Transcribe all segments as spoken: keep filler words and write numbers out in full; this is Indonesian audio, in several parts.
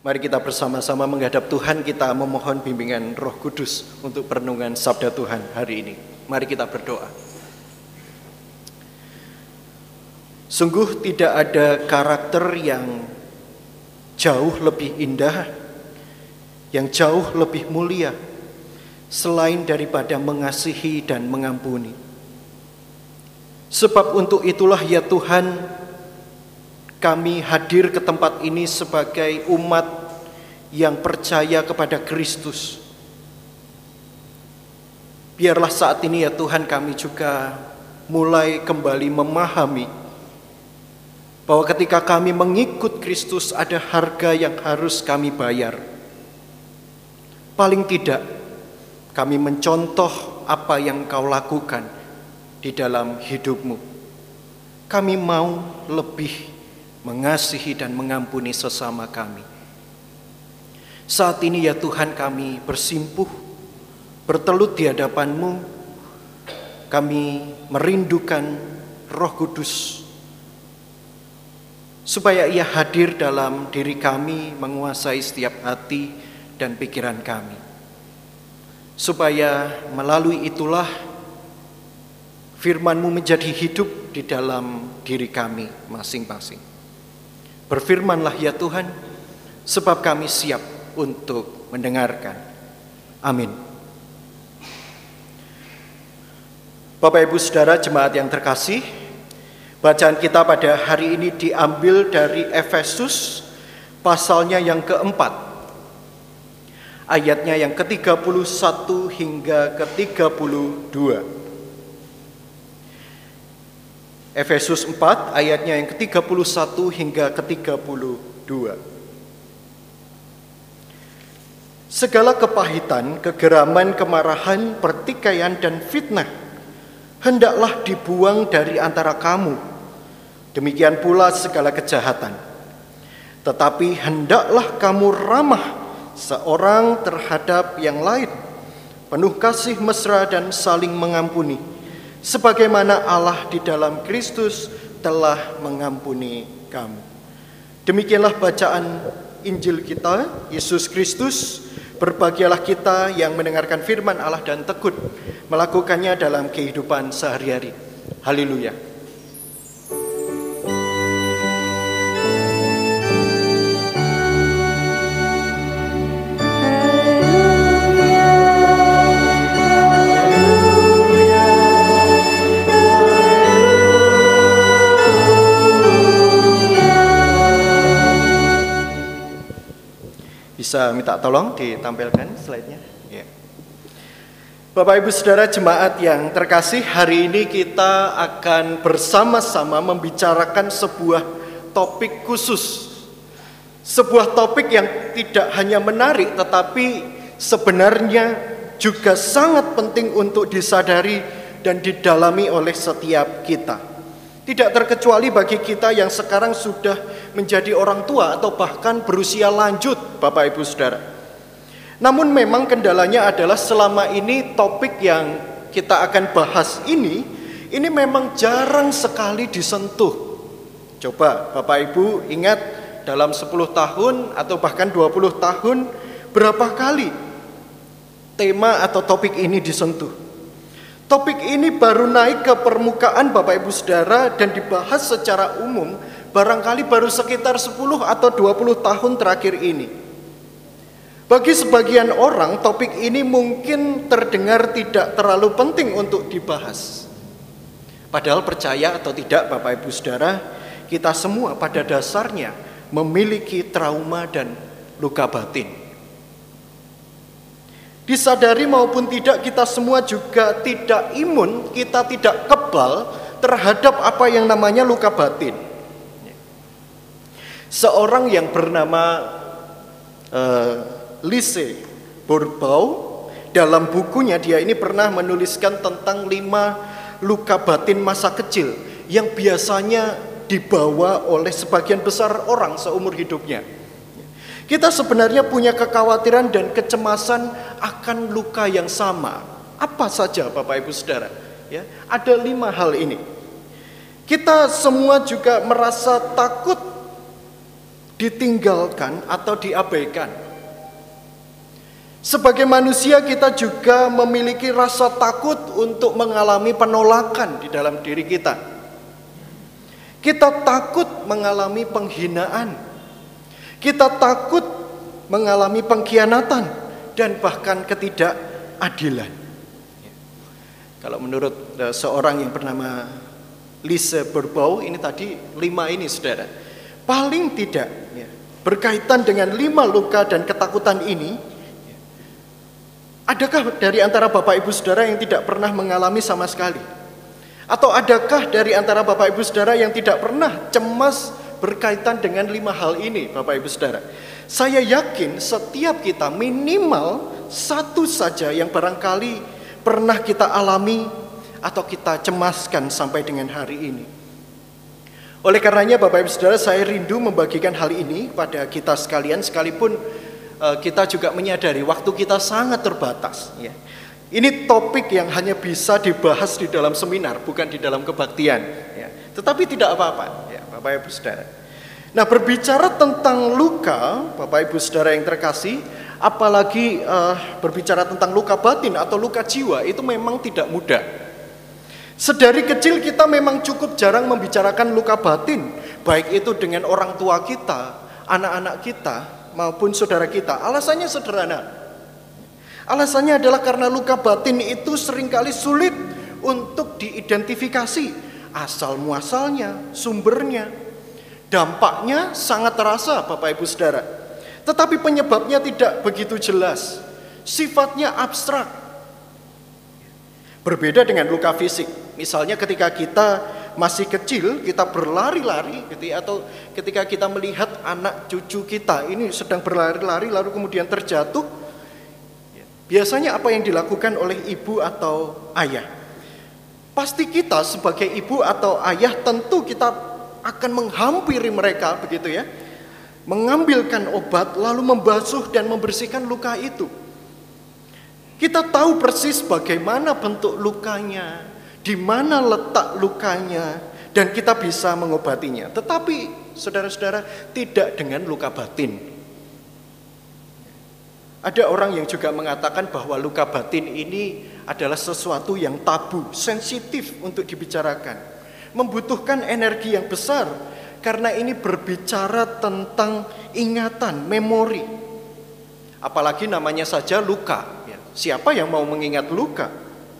Mari kita bersama-sama menghadap Tuhan, kita memohon bimbingan Roh Kudus untuk perenungan Sabda Tuhan hari ini. Mari kita berdoa. Sungguh tidak ada karakter yang jauh lebih indah, yang jauh lebih mulia, selain daripada mengasihi dan mengampuni. Sebab untuk itulah ya Tuhan, kami hadir ke tempat ini sebagai umat yang percaya kepada Kristus. Biarlah saat ini ya Tuhan kami juga mulai kembali memahami bahwa ketika kami mengikut Kristus ada harga yang harus kami bayar. Paling tidak kami mencontoh apa yang Kau lakukan di dalam hidupmu. Kami mau lebih mengasihi dan mengampuni sesama kami. Saat ini ya Tuhan kami bersimpuh, bertelut di hadapan-Mu. Kami merindukan Roh Kudus, supaya Ia hadir dalam diri kami, menguasai setiap hati dan pikiran kami. Supaya melalui itulah firman-Mu menjadi hidup di dalam diri kami masing-masing. Berfirmanlah ya Tuhan, sebab kami siap untuk mendengarkan. Amin. Bapak Ibu Saudara jemaat yang terkasih, bacaan kita pada hari ini diambil dari Efesus pasalnya yang keempat, ayatnya yang ke tiga puluh satu hingga ke tiga puluh dua. Efesus empat ayatnya yang ke tiga puluh satu hingga ke tiga puluh dua. Segala kepahitan, kegeraman, kemarahan, pertikaian dan fitnah hendaklah dibuang dari antara kamu. Demikian pula segala kejahatan. Tetapi hendaklah kamu ramah seorang terhadap yang lain, penuh kasih mesra dan saling mengampuni, sebagaimana Allah di dalam Kristus telah mengampuni kamu. Demikianlah bacaan Injil kita. Yesus Kristus, berbahagialah kita yang mendengarkan firman Allah dan tekun melakukannya dalam kehidupan sehari-hari. Haleluya. Bisa minta tolong ditampilkan slide-nya. Ya. Bapak Ibu Saudara jemaat yang terkasih, hari ini kita akan bersama-sama membicarakan sebuah topik khusus. Sebuah topik yang tidak hanya menarik tetapi sebenarnya juga sangat penting untuk disadari dan didalami oleh setiap kita. Tidak terkecuali bagi kita yang sekarang sudah menjadi orang tua atau bahkan berusia lanjut, Bapak Ibu Saudara. Namun memang kendalanya adalah selama ini topik yang kita akan bahas ini, ini memang jarang sekali disentuh. Coba Bapak Ibu ingat dalam sepuluh tahun atau bahkan dua puluh tahun, berapa kali tema atau topik ini disentuh? Topik ini baru naik ke permukaan Bapak Ibu Saudara dan dibahas secara umum barangkali baru sekitar sepuluh atau dua puluh tahun terakhir ini. Bagi sebagian orang topik ini mungkin terdengar tidak terlalu penting untuk dibahas. Padahal percaya atau tidak Bapak Ibu Saudara, kita semua pada dasarnya memiliki trauma dan luka batin. Disadari maupun tidak, kita semua juga tidak imun, kita tidak kebal terhadap apa yang namanya luka batin. Seorang yang bernama uh, Lise Bourbeau, dalam bukunya dia ini pernah menuliskan tentang lima luka batin masa kecil yang biasanya dibawa oleh sebagian besar orang seumur hidupnya. Kita sebenarnya punya kekhawatiran dan kecemasan akan luka yang sama. Apa saja Bapak Ibu Saudara? Ya, ada lima hal ini. Kita semua juga merasa takut ditinggalkan atau diabaikan. Sebagai manusia kita juga memiliki rasa takut untuk mengalami penolakan di dalam diri kita. Kita takut mengalami penghinaan. Kita takut mengalami pengkhianatan dan bahkan ketidakadilan. Kalau menurut uh, seorang yang bernama Lise Bourbeau, ini tadi lima ini saudara. Paling tidak ya, berkaitan dengan lima luka dan ketakutan ini, adakah dari antara Bapak Ibu Saudara yang tidak pernah mengalami sama sekali? Atau adakah dari antara Bapak Ibu Saudara yang tidak pernah cemas berkaitan dengan lima hal ini, Bapak Ibu Saudara? Saya yakin setiap kita minimal satu saja yang barangkali pernah kita alami atau kita cemaskan sampai dengan hari ini. Oleh karenanya Bapak Ibu Saudara, saya rindu membagikan hal ini pada kita sekalian, sekalipun kita juga menyadari waktu kita sangat terbatas. Ya. Ini topik yang hanya bisa dibahas di dalam seminar, bukan di dalam kebaktian. Ya. Tetapi tidak apa-apa, ya, Bapak Ibu Saudara. Nah, berbicara tentang luka, Bapak Ibu Saudara yang terkasih, apalagi uh, berbicara tentang luka batin atau luka jiwa, itu memang tidak mudah. Sedari kecil kita memang cukup jarang membicarakan luka batin, baik itu dengan orang tua kita, anak-anak kita, maupun saudara kita. Alasannya sederhana. Alasannya adalah karena luka batin itu seringkali sulit untuk diidentifikasi asal muasalnya, sumbernya. Dampaknya sangat terasa Bapak Ibu Saudara. Tetapi penyebabnya tidak begitu jelas. Sifatnya abstrak. Berbeda dengan luka fisik. Misalnya ketika kita masih kecil, kita berlari-lari gitu ya, atau ketika kita melihat anak cucu kita ini sedang berlari-lari lalu kemudian terjatuh, biasanya apa yang dilakukan oleh ibu atau ayah? Pasti kita sebagai ibu atau ayah tentu kita akan menghampiri mereka begitu ya, mengambilkan obat lalu membasuh dan membersihkan luka itu. Kita tahu persis bagaimana bentuk lukanya, di mana letak lukanya, dan kita bisa mengobatinya. Tetapi saudara-saudara, tidak dengan luka batin. Ada orang yang juga mengatakan bahwa luka batin ini adalah sesuatu yang tabu, sensitif untuk dibicarakan, membutuhkan energi yang besar, karena ini berbicara tentang ingatan, memori. Apalagi namanya saja luka. Siapa yang mau mengingat luka?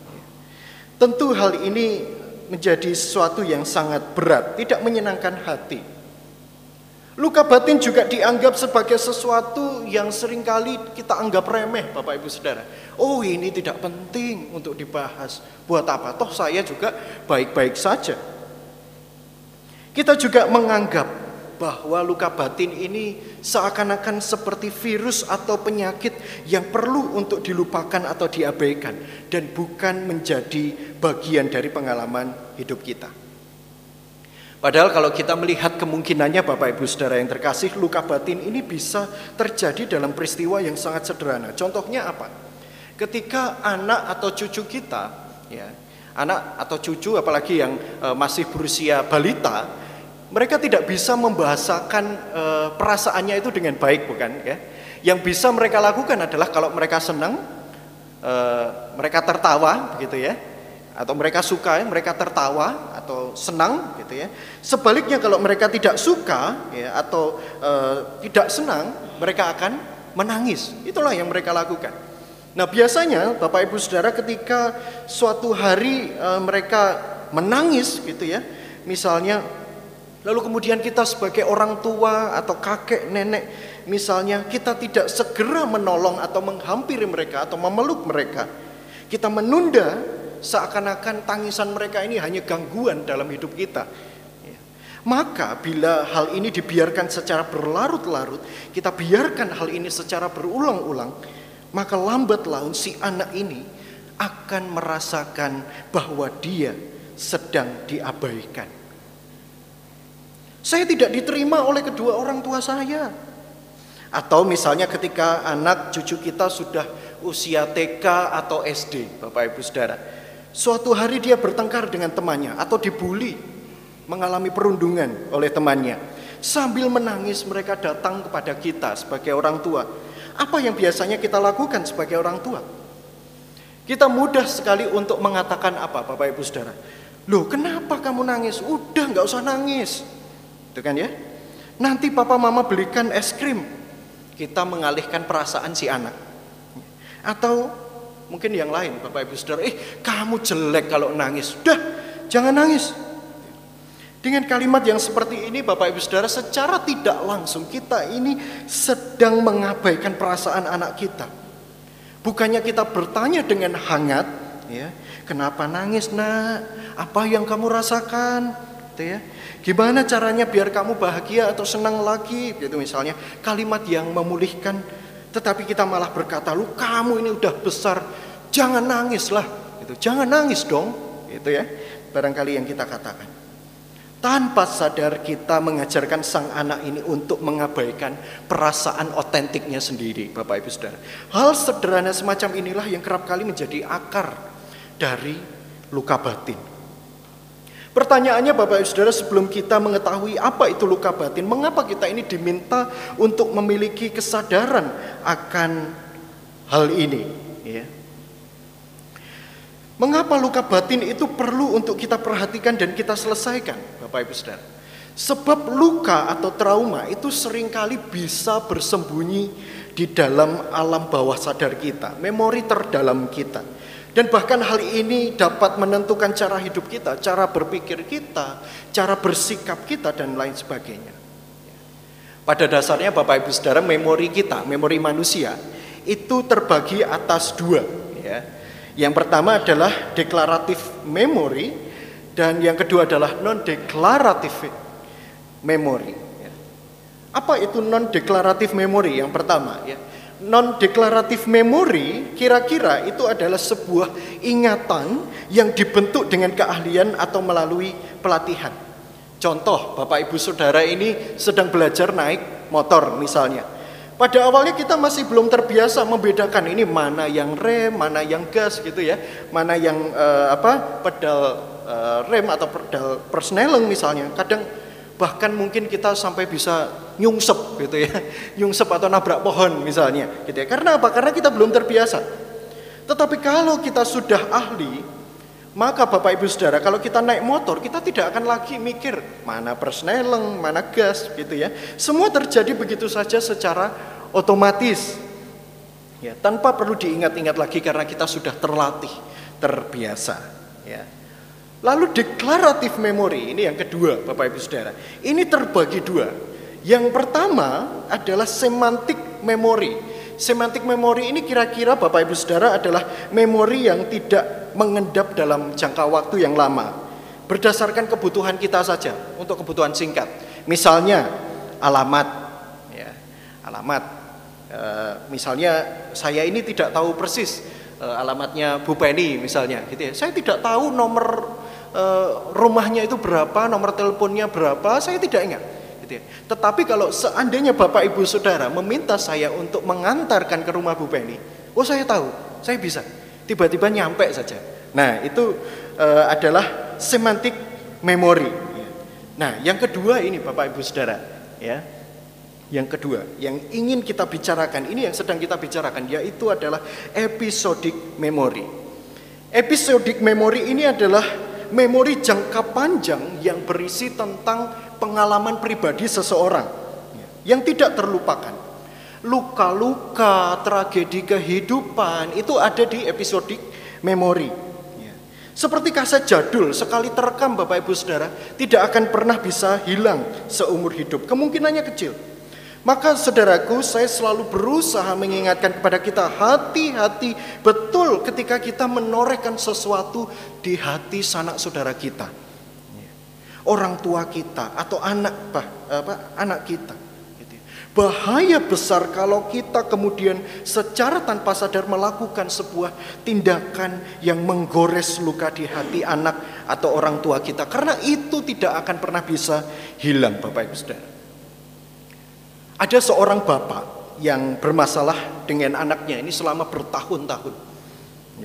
Tentu hal ini menjadi sesuatu yang sangat berat, tidak menyenangkan hati. Luka batin juga dianggap sebagai sesuatu yang seringkali kita anggap remeh, Bapak Ibu Saudara. Oh, ini tidak penting untuk dibahas. Buat apa? Toh saya juga baik-baik saja. Kita juga menganggap bahwa luka batin ini seakan-akan seperti virus atau penyakit yang perlu untuk dilupakan atau diabaikan dan bukan menjadi bagian dari pengalaman hidup kita. Padahal kalau kita melihat kemungkinannya Bapak Ibu Saudara yang terkasih, luka batin ini bisa terjadi dalam peristiwa yang sangat sederhana. Contohnya apa? Ketika anak atau cucu kita, ya, anak atau cucu apalagi yang e, masih berusia balita, mereka tidak bisa membahasakan e, perasaannya itu dengan baik, bukan? Ya? Yang bisa mereka lakukan adalah kalau mereka senang, e, mereka tertawa, begitu ya, atau mereka suka, mereka tertawa atau senang, gitu ya. Sebaliknya kalau mereka tidak suka, ya, atau e, tidak senang, mereka akan menangis. Itulah yang mereka lakukan. Nah, biasanya Bapak Ibu Saudara ketika suatu hari e, mereka menangis, gitu ya, misalnya. Lalu kemudian kita sebagai orang tua atau kakek, nenek misalnya, kita tidak segera menolong atau menghampiri mereka atau memeluk mereka. Kita menunda seakan-akan tangisan mereka ini hanya gangguan dalam hidup kita. Maka bila hal ini dibiarkan secara berlarut-larut, kita biarkan hal ini secara berulang-ulang, maka lambat laun si anak ini akan merasakan bahwa dia sedang diabaikan. Saya tidak diterima oleh kedua orang tua saya. Atau misalnya ketika anak cucu kita sudah usia T K atau S D, Bapak Ibu Saudara, suatu hari dia bertengkar dengan temannya atau dibuli, mengalami perundungan oleh temannya. Sambil menangis mereka datang kepada kita sebagai orang tua. Apa yang biasanya kita lakukan sebagai orang tua? Kita mudah sekali untuk mengatakan apa, Bapak Ibu Saudara? Loh, kenapa kamu nangis? Udah, nggak usah nangis. Itu kan ya? Nanti papa mama belikan es krim. Kita mengalihkan perasaan si anak. Atau mungkin yang lain, Bapak Ibu Saudara, eh kamu jelek kalau nangis. Udah, jangan nangis. Dengan kalimat yang seperti ini, Bapak Ibu Saudara, secara tidak langsung kita ini sedang mengabaikan perasaan anak kita. Bukannya kita bertanya dengan hangat, ya, kenapa nangis nak? Apa yang kamu rasakan? Gitu ya. Gimana caranya biar kamu bahagia atau senang lagi? Gitu misalnya, kalimat yang memulihkan. Tetapi kita malah berkata, lu kamu ini udah besar, jangan nangis lah. Gitu. Jangan nangis dong. Gitu ya. Barangkali yang kita katakan. Tanpa sadar kita mengajarkan sang anak ini untuk mengabaikan perasaan otentiknya sendiri, Bapak Ibu Saudara. Hal sederhana semacam inilah yang kerap kali menjadi akar dari luka batin. Pertanyaannya Bapak Ibu Saudara, sebelum kita mengetahui apa itu luka batin, mengapa kita ini diminta untuk memiliki kesadaran akan hal ini? Ya. Mengapa luka batin itu perlu untuk kita perhatikan dan kita selesaikan, Bapak Ibu Saudara? Sebab luka atau trauma itu seringkali bisa bersembunyi di dalam alam bawah sadar kita, memori terdalam kita. Dan bahkan hal ini dapat menentukan cara hidup kita, cara berpikir kita, cara bersikap kita, dan lain sebagainya. Pada dasarnya Bapak Ibu Saudara, memori kita, memori manusia, itu terbagi atas dua, ya. Yang pertama adalah deklaratif memory, dan yang kedua adalah non-deklaratif memory. Apa itu non-deklaratif memory? Yang pertama, ya. Non-deklaratif memory kira-kira itu adalah sebuah ingatan yang dibentuk dengan keahlian atau melalui pelatihan. Contoh, Bapak Ibu Saudara ini sedang belajar naik motor misalnya. Pada awalnya kita masih belum terbiasa membedakan ini mana yang rem, mana yang gas gitu ya, mana yang uh, apa pedal uh, rem atau pedal persneleng misalnya. Kadang bahkan mungkin kita sampai bisa nyungsep gitu ya, nyungsep atau nabrak pohon misalnya gitu ya. Karena apa? Karena kita belum terbiasa. Tetapi kalau kita sudah ahli, maka Bapak Ibu Saudara, kalau kita naik motor, kita tidak akan lagi mikir mana persneleng, mana gas gitu ya. Semua terjadi begitu saja secara otomatis. Ya, tanpa perlu diingat-ingat lagi karena kita sudah terlatih, terbiasa, ya. Lalu deklaratif memory, ini yang kedua Bapak Ibu Saudara. Ini terbagi dua. Yang pertama adalah semantik memory. Semantik memory ini kira-kira Bapak Ibu Saudara adalah memori yang tidak mengendap dalam jangka waktu yang lama, berdasarkan kebutuhan kita saja, untuk kebutuhan singkat. Misalnya alamat, ya, alamat. E, misalnya saya ini tidak tahu persis e, alamatnya Bu Penny misalnya, gitu ya. Saya tidak tahu nomor e, rumahnya itu berapa, nomor teleponnya berapa, saya tidak ingat. Gitu ya. Tetapi kalau seandainya Bapak Ibu Saudara meminta saya untuk mengantarkan ke rumah Bu Penny, oh saya tahu, saya bisa. Tiba-tiba nyampe saja. Nah, itu e, adalah semantik memory. Nah, yang kedua ini Bapak Ibu Saudara, ya. Yang kedua, yang ingin kita bicarakan, ini yang sedang kita bicarakan, yaitu adalah episodic memory. Episodic memory ini adalah memori jangka panjang yang berisi tentang pengalaman pribadi seseorang yang tidak terlupakan. Luka-luka, tragedi kehidupan itu ada di episodic memory. Seperti kaset jadul, sekali terekam Bapak Ibu Saudara, tidak akan pernah bisa hilang seumur hidup. Kemungkinannya kecil. Maka saudaraku, saya selalu berusaha mengingatkan kepada kita, hati-hati betul ketika kita menorehkan sesuatu di hati sanak saudara kita, orang tua kita atau anak apa, anak kita. Bahaya besar kalau kita kemudian secara tanpa sadar melakukan sebuah tindakan yang menggores luka di hati anak atau orang tua kita, karena itu tidak akan pernah bisa hilang Bapak Ibu Saudara. Ada seorang bapak yang bermasalah dengan anaknya ini selama bertahun-tahun.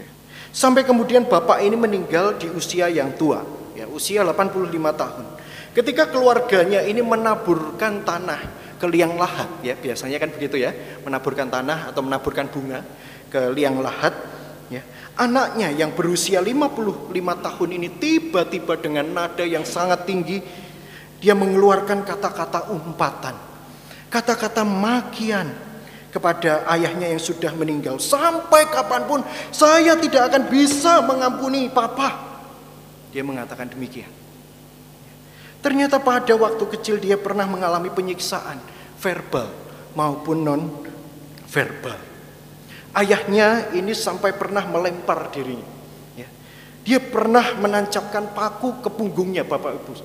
Sampai kemudian bapak ini meninggal di usia yang tua, ya, usia delapan puluh lima tahun. Ketika keluarganya ini menaburkan tanah ke liang lahat, ya biasanya kan begitu ya, menaburkan tanah atau menaburkan bunga ke liang lahat, ya. Anaknya yang berusia lima puluh lima tahun ini tiba-tiba dengan nada yang sangat tinggi, dia mengeluarkan kata-kata umpatan, kata-kata makian kepada ayahnya yang sudah meninggal. Sampai kapanpun saya tidak akan bisa mengampuni papa. Dia mengatakan demikian. Ternyata pada waktu kecil dia pernah mengalami penyiksaan verbal maupun non verbal. Ayahnya ini sampai pernah melempar dirinya. Ya. Dia pernah menancapkan paku ke punggungnya Bapak Ibu.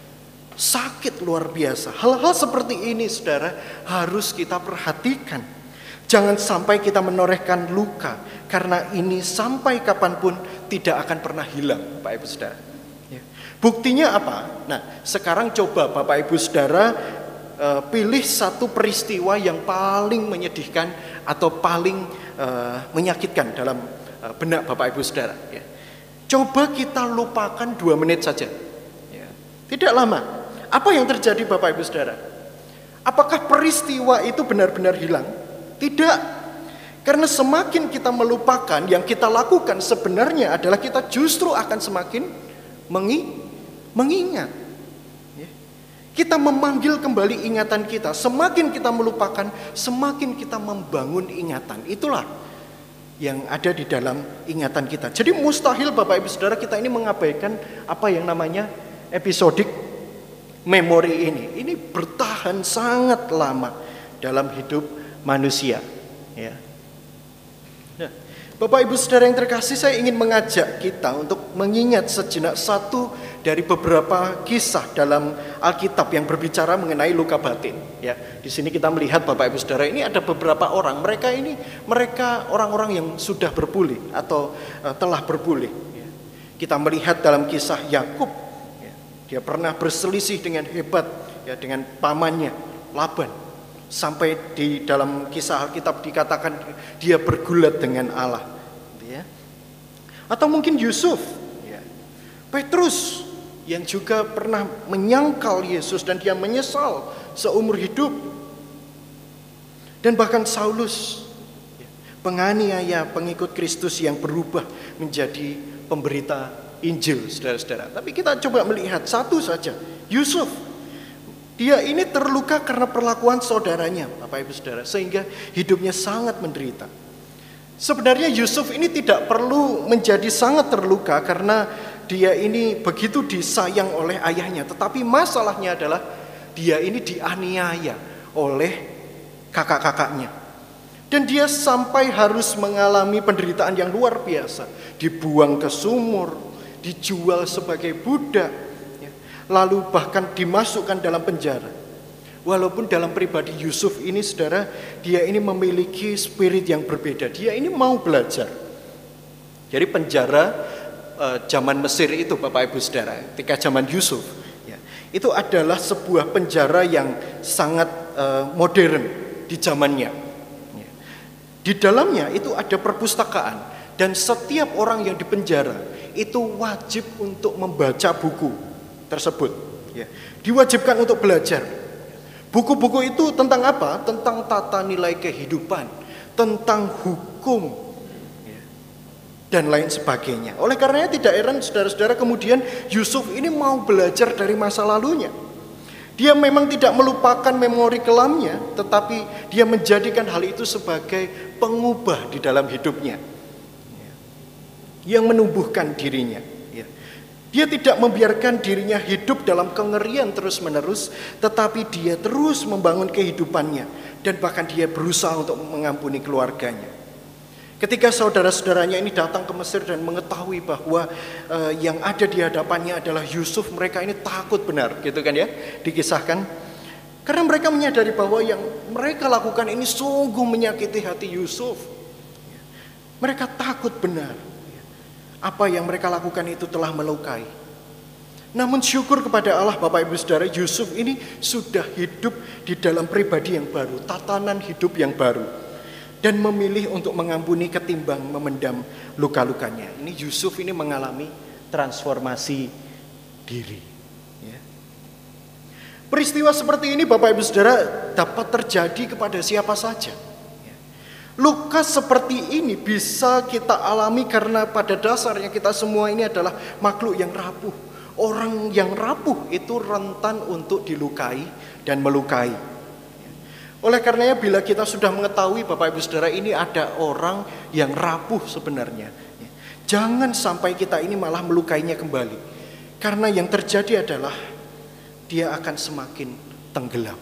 Sakit luar biasa. Hal-hal seperti ini saudara harus kita perhatikan. Jangan sampai kita menorehkan luka, karena ini sampai kapanpun tidak akan pernah hilang Bapak Ibu saudara. Buktinya apa? Nah, sekarang coba Bapak Ibu Saudara uh, pilih satu peristiwa yang paling menyedihkan atau paling uh, menyakitkan dalam uh, benak Bapak Ibu Saudara. Ya. Coba kita lupakan dua menit saja. Ya. Tidak lama. Apa yang terjadi Bapak Ibu Saudara? Apakah peristiwa itu benar-benar hilang? Tidak. Karena semakin kita melupakan, yang kita lakukan sebenarnya adalah kita justru akan semakin mengi mengingat. Ya. Kita memanggil kembali ingatan kita. Semakin kita melupakan, semakin kita membangun ingatan. Itulah yang ada di dalam ingatan kita. Jadi mustahil Bapak Ibu Saudara kita ini mengabaikan apa yang namanya episodik memori ini. Ini bertahan sangat lama dalam hidup manusia. Ya. Nah, Bapak Ibu Saudara yang terkasih, saya ingin mengajak kita untuk mengingat sejenak satu dari beberapa kisah dalam Alkitab yang berbicara mengenai luka batin. Ya, di sini kita melihat Bapak Ibu Saudara, ini ada beberapa orang, mereka ini mereka orang-orang yang sudah berpulih atau uh, telah berpulih. Ya. Kita melihat dalam kisah Yakub, ya, dia pernah berselisih dengan hebat ya dengan pamannya Laban, sampai di dalam kisah Alkitab dikatakan dia bergulat dengan Allah. Ya. Atau mungkin Yusuf, ya. Petrus yang juga pernah menyangkal Yesus dan dia menyesal seumur hidup. Dan bahkan Saulus, penganiaya pengikut Kristus yang berubah menjadi pemberita Injil, saudara-saudara. Tapi kita coba melihat satu saja, Yusuf. Dia ini terluka karena perlakuan saudaranya, Bapak Ibu Saudara, sehingga hidupnya sangat menderita. Sebenarnya Yusuf ini tidak perlu menjadi sangat terluka karena dia ini begitu disayang oleh ayahnya. Tetapi masalahnya adalah dia ini dianiaya oleh kakak-kakaknya. Dan dia sampai harus mengalami penderitaan yang luar biasa. Dibuang ke sumur, dijual sebagai budak, ya. Lalu bahkan dimasukkan dalam penjara. Walaupun dalam pribadi Yusuf ini saudara, dia ini memiliki spirit yang berbeda. Dia ini mau belajar. Jadi penjara Uh, zaman Mesir itu Bapak Ibu Saudara, ketika zaman Yusuf, ya, itu adalah sebuah penjara yang sangat uh, modern di zamannya. Ya. Di dalamnya itu ada perpustakaan dan setiap orang yang dipenjara itu wajib untuk membaca buku tersebut. Ya. Diwajibkan untuk belajar. Buku-buku itu tentang apa? Tentang tata nilai kehidupan, tentang hukum, dan lain sebagainya. Oleh karenanya tidak heran saudara-saudara kemudian Yusuf ini mau belajar dari masa lalunya. Dia memang tidak melupakan memori kelamnya, tetapi dia menjadikan hal itu sebagai pengubah di dalam hidupnya, yang menumbuhkan dirinya. Dia tidak membiarkan dirinya hidup dalam kengerian terus-menerus, tetapi dia terus membangun kehidupannya dan bahkan dia berusaha untuk mengampuni keluarganya. Ketika saudara-saudaranya ini datang ke Mesir dan mengetahui bahwa uh, yang ada di hadapannya adalah Yusuf, mereka ini takut benar, gitu kan ya, dikisahkan. Karena mereka menyadari bahwa yang mereka lakukan ini sungguh menyakiti hati Yusuf. Mereka takut benar. Apa yang mereka lakukan itu telah melukai. Namun syukur kepada Allah Bapak Ibu Saudara, Yusuf ini sudah hidup di dalam pribadi yang baru, tatanan hidup yang baru. Dan memilih untuk mengampuni ketimbang memendam luka-lukanya. Ini Yusuf ini mengalami transformasi diri. Ya. Peristiwa seperti ini Bapak Ibu Saudara dapat terjadi kepada siapa saja. Luka seperti ini bisa kita alami karena pada dasarnya kita semua ini adalah makhluk yang rapuh. Orang yang rapuh itu rentan untuk dilukai dan melukai. Oleh karenanya bila kita sudah mengetahui Bapak Ibu Saudara ini ada orang yang rapuh sebenarnya, jangan sampai kita ini malah melukainya kembali. Karena yang terjadi adalah dia akan semakin tenggelam.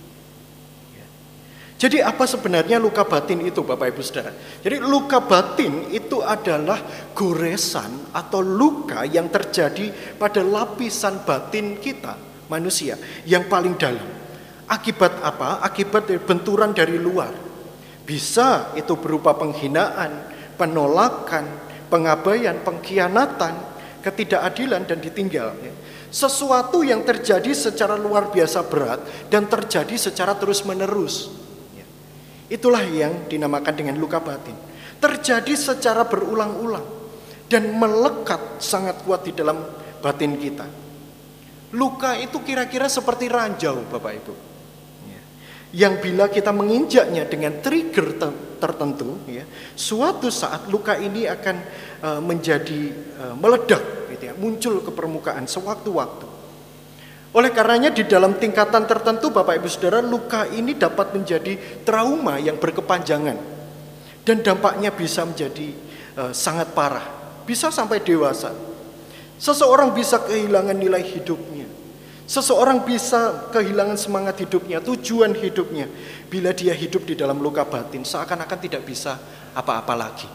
Jadi apa sebenarnya luka batin itu Bapak Ibu Saudara? Jadi luka batin itu adalah goresan atau luka yang terjadi pada lapisan batin kita manusia yang paling dalam. Akibat apa? Akibat benturan dari luar. Bisa itu berupa penghinaan, penolakan, pengabaian, pengkhianatan, ketidakadilan dan ditinggal. Sesuatu yang terjadi secara luar biasa berat dan terjadi secara terus-menerus. Itulah yang dinamakan dengan luka batin. Terjadi secara berulang-ulang dan melekat sangat kuat di dalam batin kita. Luka itu kira-kira seperti ranjau Bapak Ibu. Yang bila kita menginjaknya dengan trigger tertentu, ya, suatu saat luka ini akan uh, menjadi uh, meledak, gitu ya, muncul ke permukaan sewaktu-waktu. Oleh karenanya di dalam tingkatan tertentu Bapak Ibu Saudara, luka ini dapat menjadi trauma yang berkepanjangan dan dampaknya bisa menjadi uh, sangat parah, bisa sampai dewasa. Seseorang bisa kehilangan nilai hidupnya, seseorang bisa kehilangan semangat hidupnya, tujuan hidupnya bila dia hidup di dalam luka batin, seakan-akan tidak bisa apa-apa lagi.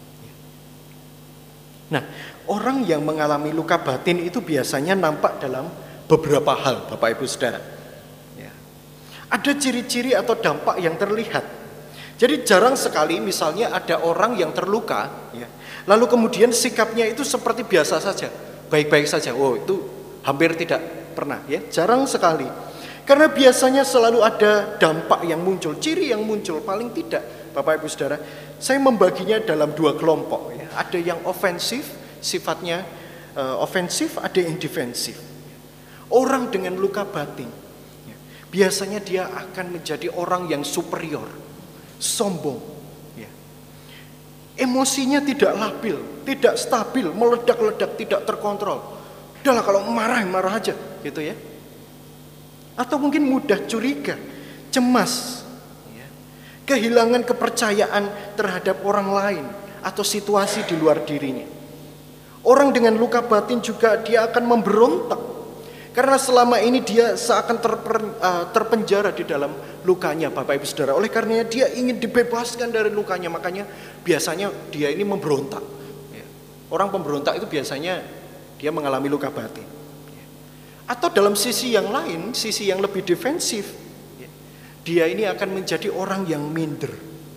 Nah, orang yang mengalami luka batin itu biasanya nampak dalam beberapa hal Bapak Ibu Saudara. Ya. Ada ciri-ciri atau dampak yang terlihat. Jadi jarang sekali misalnya ada orang yang terluka, ya, lalu kemudian sikapnya itu seperti biasa saja, baik-baik saja. Oh, itu hampir tidak pernah, ya, jarang sekali. Karena biasanya selalu ada dampak yang muncul, ciri yang muncul. Paling tidak Bapak Ibu Saudara, saya membaginya dalam dua kelompok, ya. Ada yang ofensif, sifatnya uh, ofensif, ada yang defensif. Orang dengan luka batin, ya, biasanya dia akan menjadi orang yang superior, sombong, ya. Emosinya tidak labil, tidak stabil, meledak-ledak, tidak terkontrol. Udahlah kalau marah, marah aja, gitu ya. Atau mungkin mudah curiga, cemas, ya. Kehilangan kepercayaan terhadap orang lain atau situasi di luar dirinya. Orang dengan luka batin juga dia akan memberontak. Karena selama ini dia seakan terper, uh, terpenjara di dalam lukanya Bapak Ibu Saudara. Oleh karenanya dia ingin dibebaskan dari lukanya. Makanya biasanya dia ini memberontak. Ya. Orang pemberontak itu biasanya dia mengalami luka batin. Ya. Atau dalam sisi yang lain, sisi yang lebih defensif, ya, dia ini akan menjadi orang yang minder.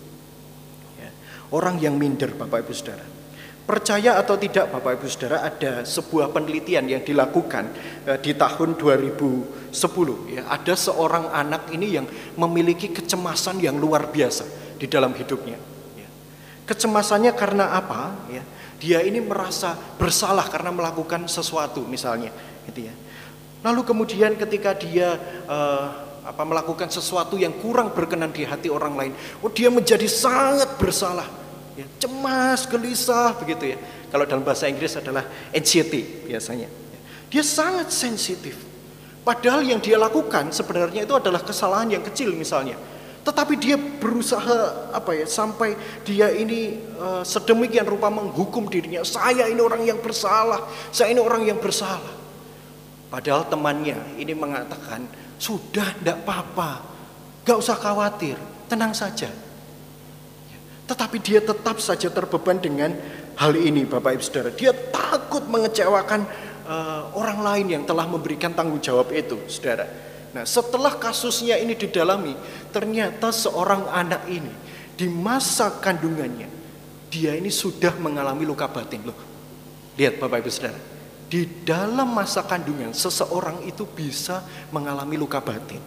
Ya. Orang yang minder Bapak Ibu Saudara. Percaya atau tidak Bapak Ibu Saudara, ada sebuah penelitian yang dilakukan eh, di tahun dua ribu sepuluh. Ya, ada seorang anak ini yang memiliki kecemasan yang luar biasa di dalam hidupnya. Ya. Kecemasannya karena apa? Ya, dia ini merasa bersalah karena melakukan sesuatu misalnya, gitu ya. Lalu kemudian ketika dia eh, apa melakukan sesuatu yang kurang berkenan di hati orang lain, oh dia menjadi sangat bersalah. Ya, cemas, gelisah, begitu ya. Kalau dalam bahasa Inggris adalah anxiety biasanya. Dia sangat sensitif. Padahal yang dia lakukan sebenarnya itu adalah kesalahan yang kecil misalnya. Tetapi dia berusaha apa ya sampai dia ini uh, sedemikian rupa menghukum dirinya. Saya ini orang yang bersalah, saya ini orang yang bersalah. Padahal temannya ini mengatakan, sudah tidak apa-apa, gak usah khawatir, tenang saja. Tetapi dia tetap saja terbeban dengan hal ini Bapak Ibu Saudara. Dia takut mengecewakan uh, orang lain yang telah memberikan tanggung jawab itu, Saudara. Nah, setelah kasusnya ini didalami, ternyata seorang anak ini di masa kandungannya, dia ini sudah mengalami luka batin. Loh, lihat Bapak Ibu Saudara. Di dalam masa kandungan, seseorang itu bisa mengalami luka batin.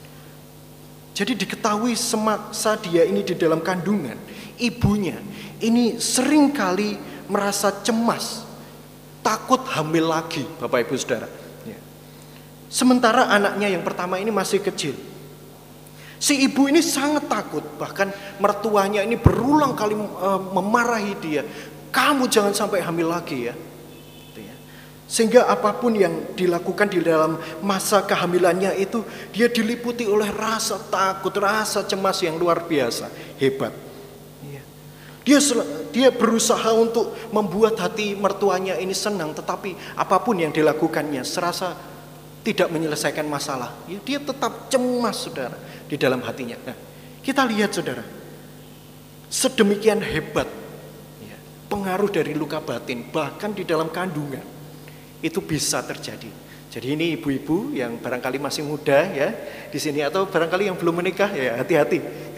Jadi diketahui semasa dia ini di dalam kandungan, ibunya ini seringkali merasa cemas, takut hamil lagi Bapak Ibu Saudara. Ya. Sementara anaknya yang pertama ini masih kecil. Si ibu ini sangat takut, bahkan mertuanya ini berulang kali uh, memarahi dia. Kamu jangan sampai hamil lagi ya. Gitu ya. Sehingga apapun yang dilakukan di dalam masa kehamilannya itu, dia diliputi oleh rasa takut, rasa cemas yang luar biasa, hebat. Ya. Dia dia berusaha untuk membuat hati mertuanya ini senang, tetapi apapun yang dilakukannya serasa tidak menyelesaikan masalah. Ya, dia tetap cemas, saudara, di dalam hatinya. Nah, kita lihat, saudara, sedemikian hebat ya, pengaruh dari luka batin, bahkan di dalam kandungan itu bisa terjadi. Jadi ini ibu-ibu yang barangkali masih muda ya di sini, atau barangkali yang belum menikah ya, hati-hati.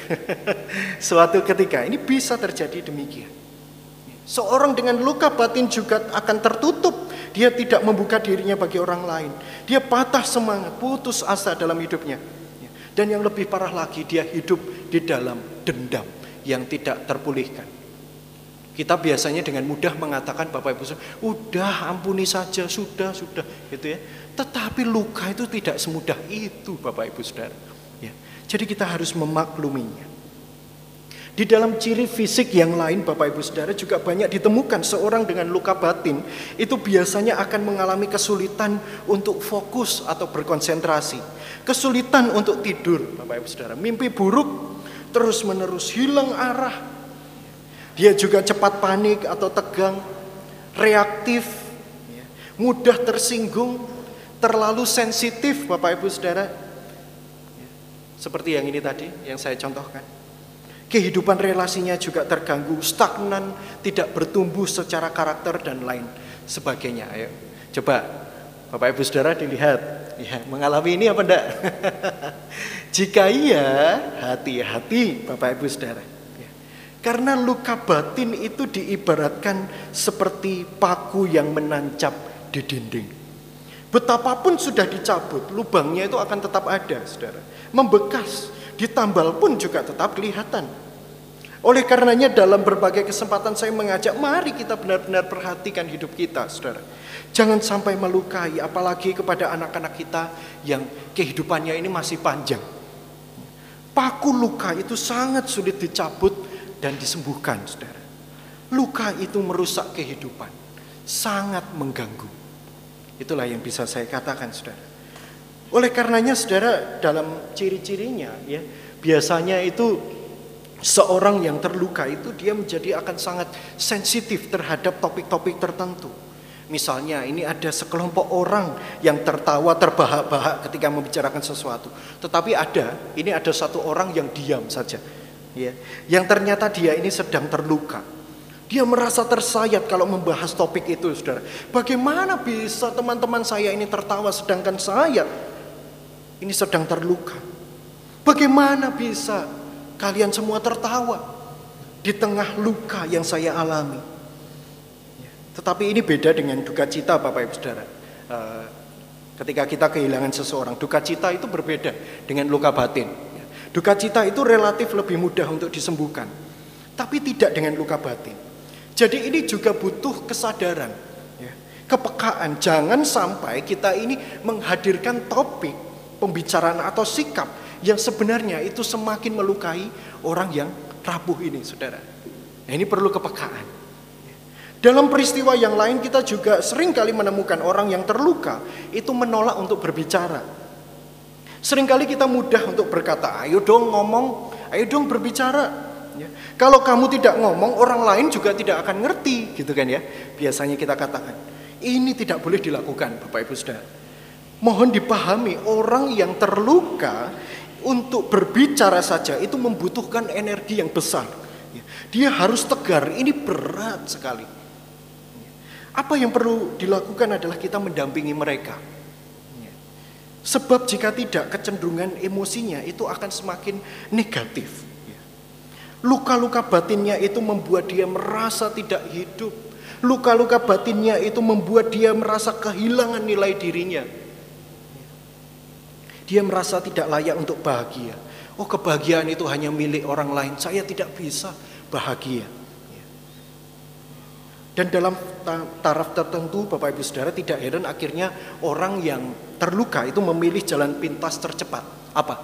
Suatu ketika ini bisa terjadi demikian. Seorang dengan luka batin juga akan tertutup. Dia tidak membuka dirinya bagi orang lain. Dia patah semangat, putus asa dalam hidupnya. Dan yang lebih parah lagi, dia hidup di dalam dendam yang tidak terpulihkan. Kita biasanya dengan mudah mengatakan, Bapak Ibu, udah ampuni saja, sudah, sudah, gitu ya. Tetapi luka itu tidak semudah itu, Bapak Ibu Saudara. Ya. Jadi kita harus memakluminya. Di dalam ciri fisik yang lain, Bapak Ibu Saudara, juga banyak ditemukan seorang dengan luka batin itu biasanya akan mengalami kesulitan untuk fokus atau berkonsentrasi, kesulitan untuk tidur, Bapak Ibu Saudara, mimpi buruk, terus menerus hilang arah. Dia juga cepat panik atau tegang, reaktif, mudah tersinggung, terlalu sensitif, Bapak Ibu Saudara. Seperti yang ini tadi yang saya contohkan. Kehidupan relasinya juga terganggu, stagnan, tidak bertumbuh secara karakter dan lain sebagainya. Ayo, coba Bapak Ibu Saudara dilihat, ya, mengalami ini apa enggak? Jika iya, hati-hati Bapak Ibu Saudara. Ya. Karena luka batin itu diibaratkan seperti paku yang menancap di dinding. Betapapun sudah dicabut, lubangnya itu akan tetap ada, Saudara. Membekas. Ditambal pun juga tetap kelihatan. Oleh karenanya dalam berbagai kesempatan saya mengajak, mari kita benar-benar perhatikan hidup kita, saudara. Jangan sampai melukai, apalagi kepada anak-anak kita yang kehidupannya ini masih panjang. Paku luka itu sangat sulit dicabut dan disembuhkan, saudara. Luka itu merusak kehidupan, sangat mengganggu. Itulah yang bisa saya katakan, saudara. Oleh karenanya saudara, dalam ciri-cirinya ya, biasanya itu seorang yang terluka itu dia menjadi akan sangat sensitif terhadap topik-topik tertentu. Misalnya ini ada sekelompok orang yang tertawa terbahak-bahak ketika membicarakan sesuatu. Tetapi ada, ini ada satu orang yang diam saja ya, yang ternyata dia ini sedang terluka. Dia merasa tersayat kalau membahas topik itu, saudara. Bagaimana bisa teman-teman saya ini tertawa sedangkan saya ini sedang terluka? Bagaimana bisa kalian semua tertawa di tengah luka yang saya alami? Ya, tetapi ini beda dengan duka cita, Bapak Ibu Saudara. Uh, ketika kita kehilangan seseorang, duka cita itu berbeda dengan luka batin. Ya, duka cita itu relatif lebih mudah untuk disembuhkan, tapi tidak dengan luka batin. Jadi ini juga butuh kesadaran, ya, kepekaan. Jangan sampai kita ini menghadirkan topik pembicaraan atau sikap yang sebenarnya itu semakin melukai orang yang rapuh ini, saudara. Nah, ini perlu kepekaan. Dalam peristiwa yang lain kita juga sering kali menemukan orang yang terluka itu menolak untuk berbicara. Seringkali kita mudah untuk berkata, ayo dong ngomong, ayo dong berbicara. Ya. Kalau kamu tidak ngomong, orang lain juga tidak akan ngerti, gitu kan ya. Biasanya kita katakan, ini tidak boleh dilakukan, Bapak Ibu Saudara. Mohon dipahami, orang yang terluka untuk berbicara saja itu membutuhkan energi yang besar. Dia harus tegar, ini berat sekali. Apa yang perlu dilakukan adalah kita mendampingi mereka. Sebab jika tidak, kecenderungan emosinya itu akan semakin negatif. Luka-luka batinnya itu membuat dia merasa tidak hidup. Luka-luka batinnya itu membuat dia merasa kehilangan nilai dirinya. Dia merasa tidak layak untuk bahagia. Oh, kebahagiaan itu hanya milik orang lain. Saya tidak bisa bahagia. Dan dalam taraf tertentu Bapak Ibu Saudara, tidak heran akhirnya orang yang terluka itu memilih jalan pintas tercepat. Apa?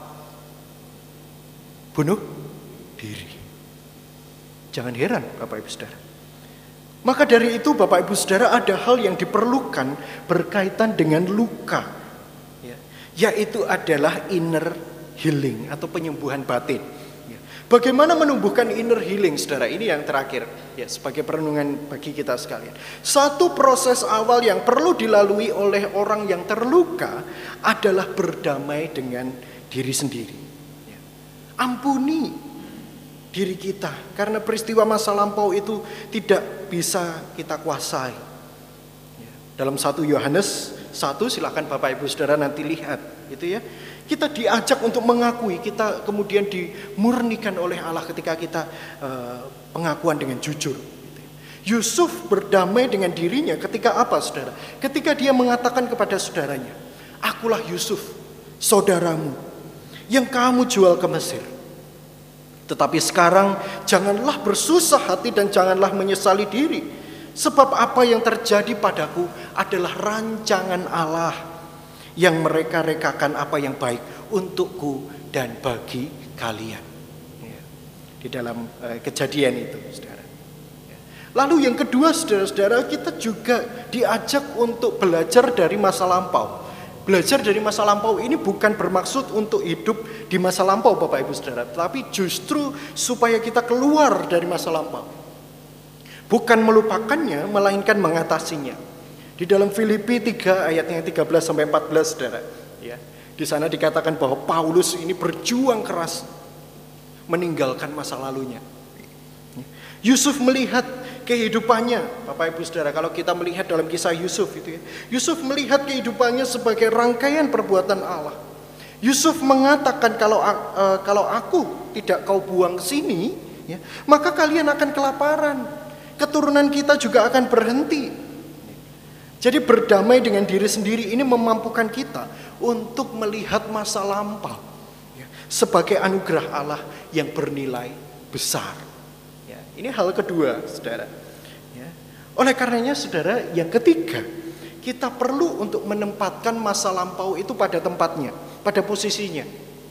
Bunuh diri. Jangan heran Bapak Ibu Saudara. Maka dari itu Bapak Ibu Saudara, ada hal yang diperlukan berkaitan dengan luka, ya, yaitu adalah inner healing atau penyembuhan batin. Bagaimana menumbuhkan inner healing, saudara? Ini yang terakhir, ya, sebagai perenungan bagi kita sekalian. Satu proses awal yang perlu dilalui oleh orang yang terluka adalah berdamai dengan diri sendiri. Ya. Ampuni diri kita, karena peristiwa masa lampau itu tidak bisa kita kuasai. Ya. Dalam satu Yohanes satu, silakan Bapak Ibu Saudara nanti lihat, gitu ya. Kita diajak untuk mengakui, kita kemudian dimurnikan oleh Allah ketika kita uh, pengakuan dengan jujur. Yusuf berdamai dengan dirinya ketika apa, saudara? Ketika dia mengatakan kepada saudaranya, akulah Yusuf, saudaramu, yang kamu jual ke Mesir. Tetapi sekarang janganlah bersusah hati dan janganlah menyesali diri. Sebab apa yang terjadi padaku adalah rancangan Allah, yang mereka rekakan apa yang baik untukku dan bagi kalian. Ya. Di dalam uh, kejadian itu, saudara. Ya. Lalu yang kedua, saudara-saudara, kita juga diajak untuk belajar dari masa lampau. Belajar dari masa lampau ini bukan bermaksud untuk hidup di masa lampau, Bapak Ibu Saudara, tapi justru supaya kita keluar dari masa lampau. Bukan melupakannya, melainkan mengatasinya. Di dalam Filipi tiga ayatnya tiga belas sampai empat belas, saudara, ya, di sana dikatakan bahwa Paulus ini berjuang keras meninggalkan masa lalunya. Yusuf melihat kehidupannya, Bapak Ibu Saudara, kalau kita melihat dalam kisah Yusuf itu ya, Yusuf melihat kehidupannya sebagai rangkaian perbuatan Allah. Yusuf mengatakan, kalau uh, kalau aku tidak kau buang ke sini, ya, maka kalian akan kelaparan. Keturunan kita juga akan berhenti. Jadi berdamai dengan diri sendiri ini memampukan kita untuk melihat masa lampau, ya, sebagai anugerah Allah yang bernilai besar. Ya, ini hal kedua, saudara. Ya. Oleh karenanya, saudara, yang ketiga, kita perlu untuk menempatkan masa lampau itu pada tempatnya, pada posisinya.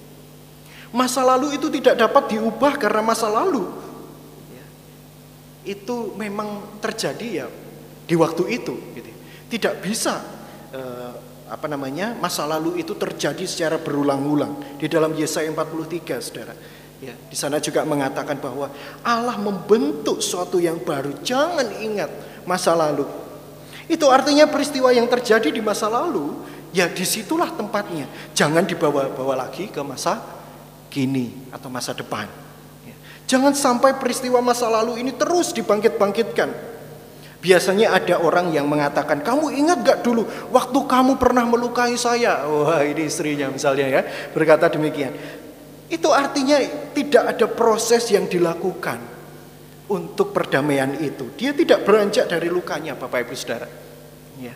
Masa lalu itu tidak dapat diubah karena masa lalu. Ya. Itu memang terjadi ya di waktu itu. Gitu. Tidak bisa eh, apa namanya masa lalu itu terjadi secara berulang-ulang. Di dalam Yesaya empat puluh tiga, saudara, ya, di sana juga mengatakan bahwa Allah membentuk sesuatu yang baru. Jangan ingat masa lalu. Itu artinya peristiwa yang terjadi di masa lalu, ya disitulah tempatnya. Jangan dibawa-bawa lagi ke masa kini atau masa depan. Ya. Jangan sampai peristiwa masa lalu ini terus dibangkit-bangkitkan. Biasanya ada orang yang mengatakan, kamu ingat gak dulu waktu kamu pernah melukai saya? Wah, ini istrinya misalnya ya, berkata demikian. Itu artinya tidak ada proses yang dilakukan untuk perdamaian itu. Dia tidak beranjak dari lukanya, Bapak Ibu Saudara. Ya.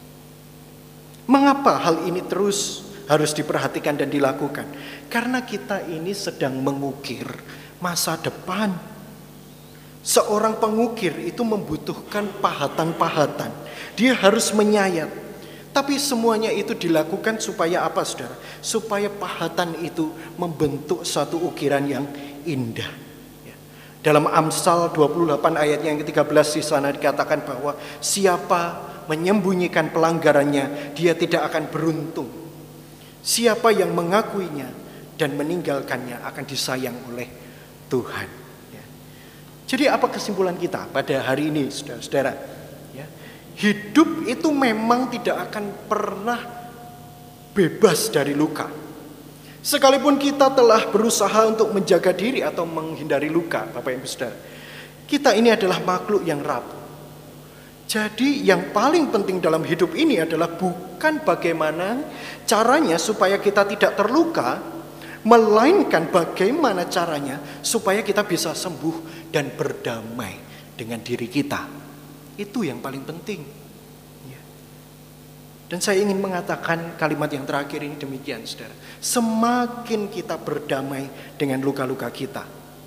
Mengapa hal ini terus harus diperhatikan dan dilakukan? Karena kita ini sedang mengukir masa depan. Seorang pengukir itu membutuhkan pahatan-pahatan. Dia harus menyayat. Tapi semuanya itu dilakukan supaya apa, saudara? Supaya pahatan itu membentuk satu ukiran yang indah. Dalam Amsal dua puluh delapan ayat yang ke tiga belas di sana dikatakan bahwa siapa menyembunyikan pelanggarannya, dia tidak akan beruntung. Siapa yang mengakuinya dan meninggalkannya akan disayang oleh Tuhan. Jadi apa kesimpulan kita pada hari ini, saudara-saudara? Ya, hidup itu memang tidak akan pernah bebas dari luka. Sekalipun kita telah berusaha untuk menjaga diri atau menghindari luka, Bapak Ibu Saudara, kita ini adalah makhluk yang rapuh. Jadi yang paling penting dalam hidup ini adalah bukan bagaimana caranya supaya kita tidak terluka, melainkan bagaimana caranya supaya kita bisa sembuh dan berdamai dengan diri kita. Itu yang paling penting. Ya. Dan saya ingin mengatakan kalimat yang terakhir ini demikian, saudara. Semakin kita berdamai dengan luka-luka kita,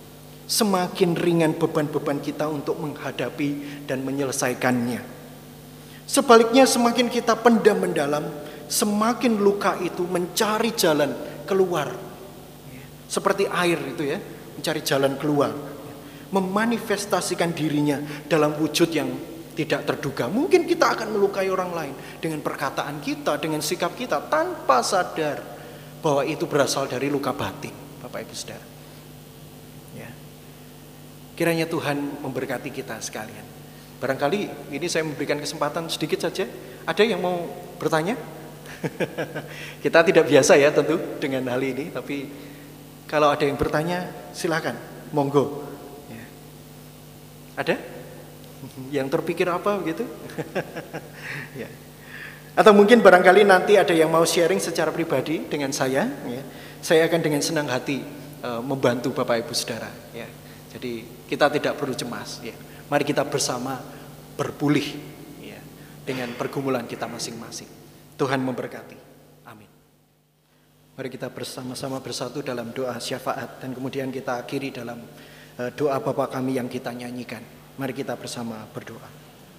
semakin ringan beban-beban kita untuk menghadapi dan menyelesaikannya. Sebaliknya semakin kita pendam mendalam, semakin luka itu mencari jalan keluar. Seperti air itu ya, mencari jalan keluar. Memanifestasikan dirinya dalam wujud yang tidak terduga. Mungkin kita akan melukai orang lain dengan perkataan kita, dengan sikap kita, tanpa sadar bahwa itu berasal dari luka batin, Bapak Ibu Saudara. Ya. Kiranya Tuhan memberkati kita sekalian. Barangkali ini saya memberikan kesempatan sedikit saja. Ada yang mau bertanya? Kita tidak biasa ya tentu dengan hal ini, tapi kalau ada yang bertanya silakan, monggo. Ya. Ada? Yang terpikir apa begitu? Ya. Atau mungkin barangkali nanti ada yang mau sharing secara pribadi dengan saya. Ya. Saya akan dengan senang hati uh, membantu Bapak Ibu Saudara. Ya. Jadi kita tidak perlu cemas. Ya. Mari kita bersama berpulih ya, dengan pergumulan kita masing-masing. Tuhan memberkati. Amin. Mari kita bersama-sama bersatu dalam doa syafaat dan kemudian kita akhiri dalam uh, doa Bapa Kami yang kita nyanyikan. Mari kita bersama berdoa.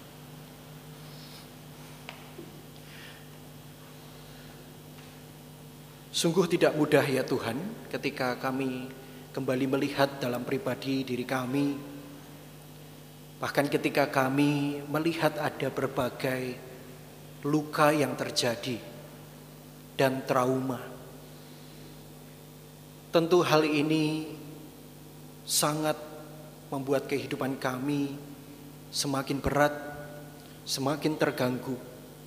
Sungguh tidak mudah ya Tuhan ketika kami kembali melihat dalam pribadi diri kami. Bahkan ketika kami melihat ada berbagai luka yang terjadi dan trauma. Tentu hal ini sangat membuat kehidupan kami semakin berat, semakin terganggu.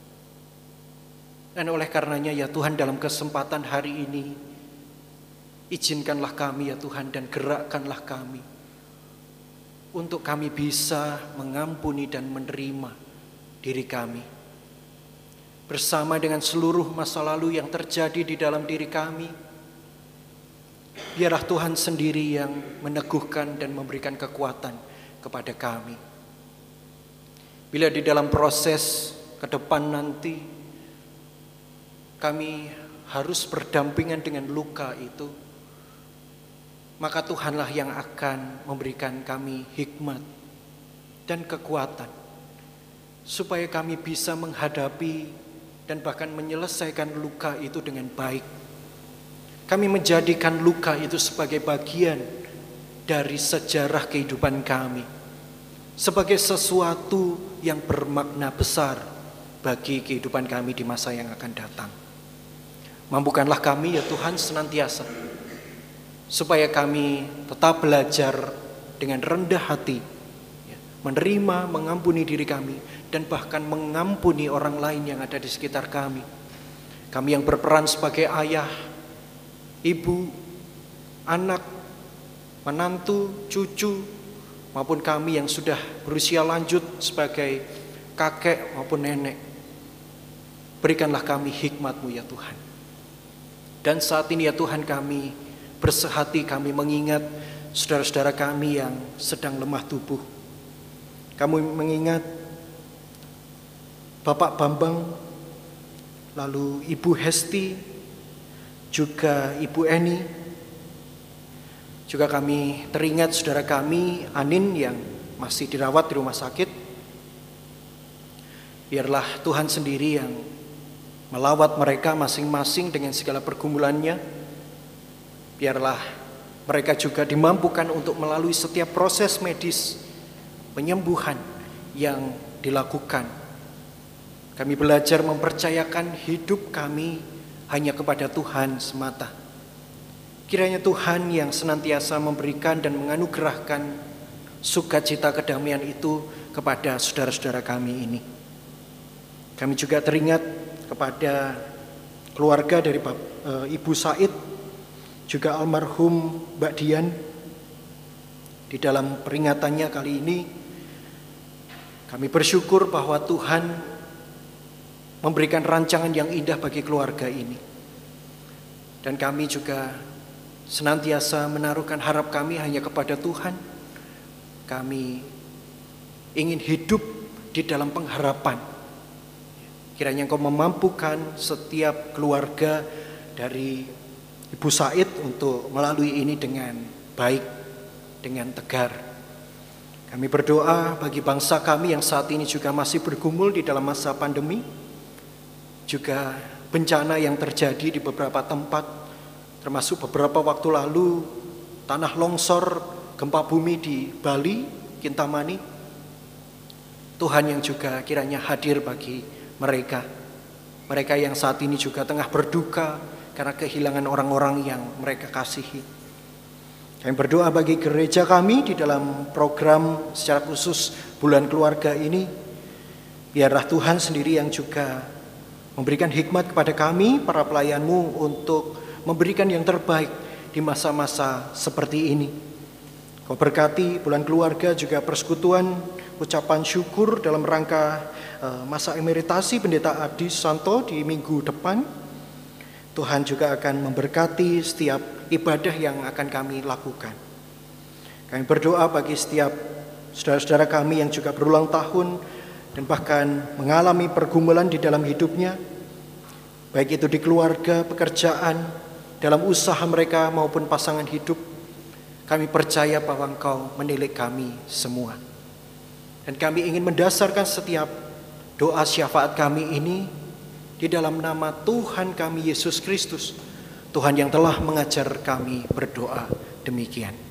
Dan oleh karenanya ya Tuhan dalam kesempatan hari ini, izinkanlah kami ya Tuhan dan gerakkanlah kami untuk kami bisa mengampuni dan menerima diri kami. Bersama dengan seluruh masa lalu yang terjadi di dalam diri kami, biarlah Tuhan sendiri yang meneguhkan dan memberikan kekuatan kepada kami. Bila di dalam proses ke depan nanti, kami harus berdampingan dengan luka itu, maka Tuhanlah yang akan memberikan kami hikmat dan kekuatan supaya kami bisa menghadapi dan bahkan menyelesaikan luka itu dengan baik. Kami menjadikan luka itu sebagai bagian dari sejarah kehidupan kami, sebagai sesuatu yang bermakna besar bagi kehidupan kami di masa yang akan datang. Mampukanlah kami ya Tuhan senantiasa supaya kami tetap belajar dengan rendah hati, menerima, mengampuni diri kami, dan bahkan mengampuni orang lain yang ada di sekitar kami. Kami yang berperan sebagai ayah, ibu, anak, menantu, cucu, maupun kami yang sudah berusia lanjut sebagai kakek maupun nenek. Berikanlah kami hikmat-Mu ya Tuhan. Dan saat ini ya Tuhan kami bersehati, kami mengingat saudara-saudara kami yang sedang lemah tubuh. Kami mengingat Bapak Bambang, lalu Ibu Hesti, juga Ibu Eni. Juga kami teringat saudara kami Anin yang masih dirawat di rumah sakit. Biarlah Tuhan sendiri yang melawat mereka masing-masing dengan segala pergumulannya. Biarlah mereka juga dimampukan untuk melalui setiap proses medis penyembuhan yang dilakukan. Kami belajar mempercayakan hidup kami hanya kepada Tuhan semata. Kiranya Tuhan yang senantiasa memberikan dan menganugerahkan sukacita kedamaian itu kepada saudara-saudara kami ini. Kami juga teringat kepada keluarga dari Ibu Said, juga almarhum Mbak Dian. Di dalam peringatannya kali ini, kami bersyukur bahwa Tuhan memberikan rancangan yang indah bagi keluarga ini. Dan kami juga senantiasa menaruhkan harap kami hanya kepada Tuhan. Kami ingin hidup di dalam pengharapan. Kiranya Engkau memampukan setiap keluarga dari Ibu Said untuk melalui ini dengan baik. dengan tegar. Kami berdoa bagi bangsa kami yang saat ini juga masih bergumul di dalam masa pandemi, juga bencana yang terjadi di beberapa tempat, termasuk beberapa waktu lalu tanah longsor, gempa bumi di Bali, Kintamani. Tuhan yang juga kiranya hadir bagi mereka, mereka yang saat ini juga tengah berduka karena kehilangan orang-orang yang mereka kasihi. Kami berdoa bagi gereja kami di dalam program secara khusus bulan keluarga ini. Biarlah Tuhan sendiri yang juga memberikan hikmat kepada kami, para pelayan-Mu, untuk memberikan yang terbaik di masa-masa seperti ini. Kau berkati bulan keluarga juga persekutuan ucapan syukur dalam rangka uh, masa emeritasi Pendeta Adi Santo di minggu depan. Tuhan juga akan memberkati setiap ibadah yang akan kami lakukan. Kami berdoa bagi setiap saudara-saudara kami yang juga berulang tahun dan bahkan mengalami pergumulan di dalam hidupnya, baik itu di keluarga, pekerjaan, dalam usaha mereka maupun pasangan hidup. Kami percaya bahwa Engkau menilik kami semua. Dan kami ingin mendasarkan setiap doa syafaat kami ini di dalam nama Tuhan kami Yesus Kristus, Tuhan yang telah mengajar kami berdoa demikian.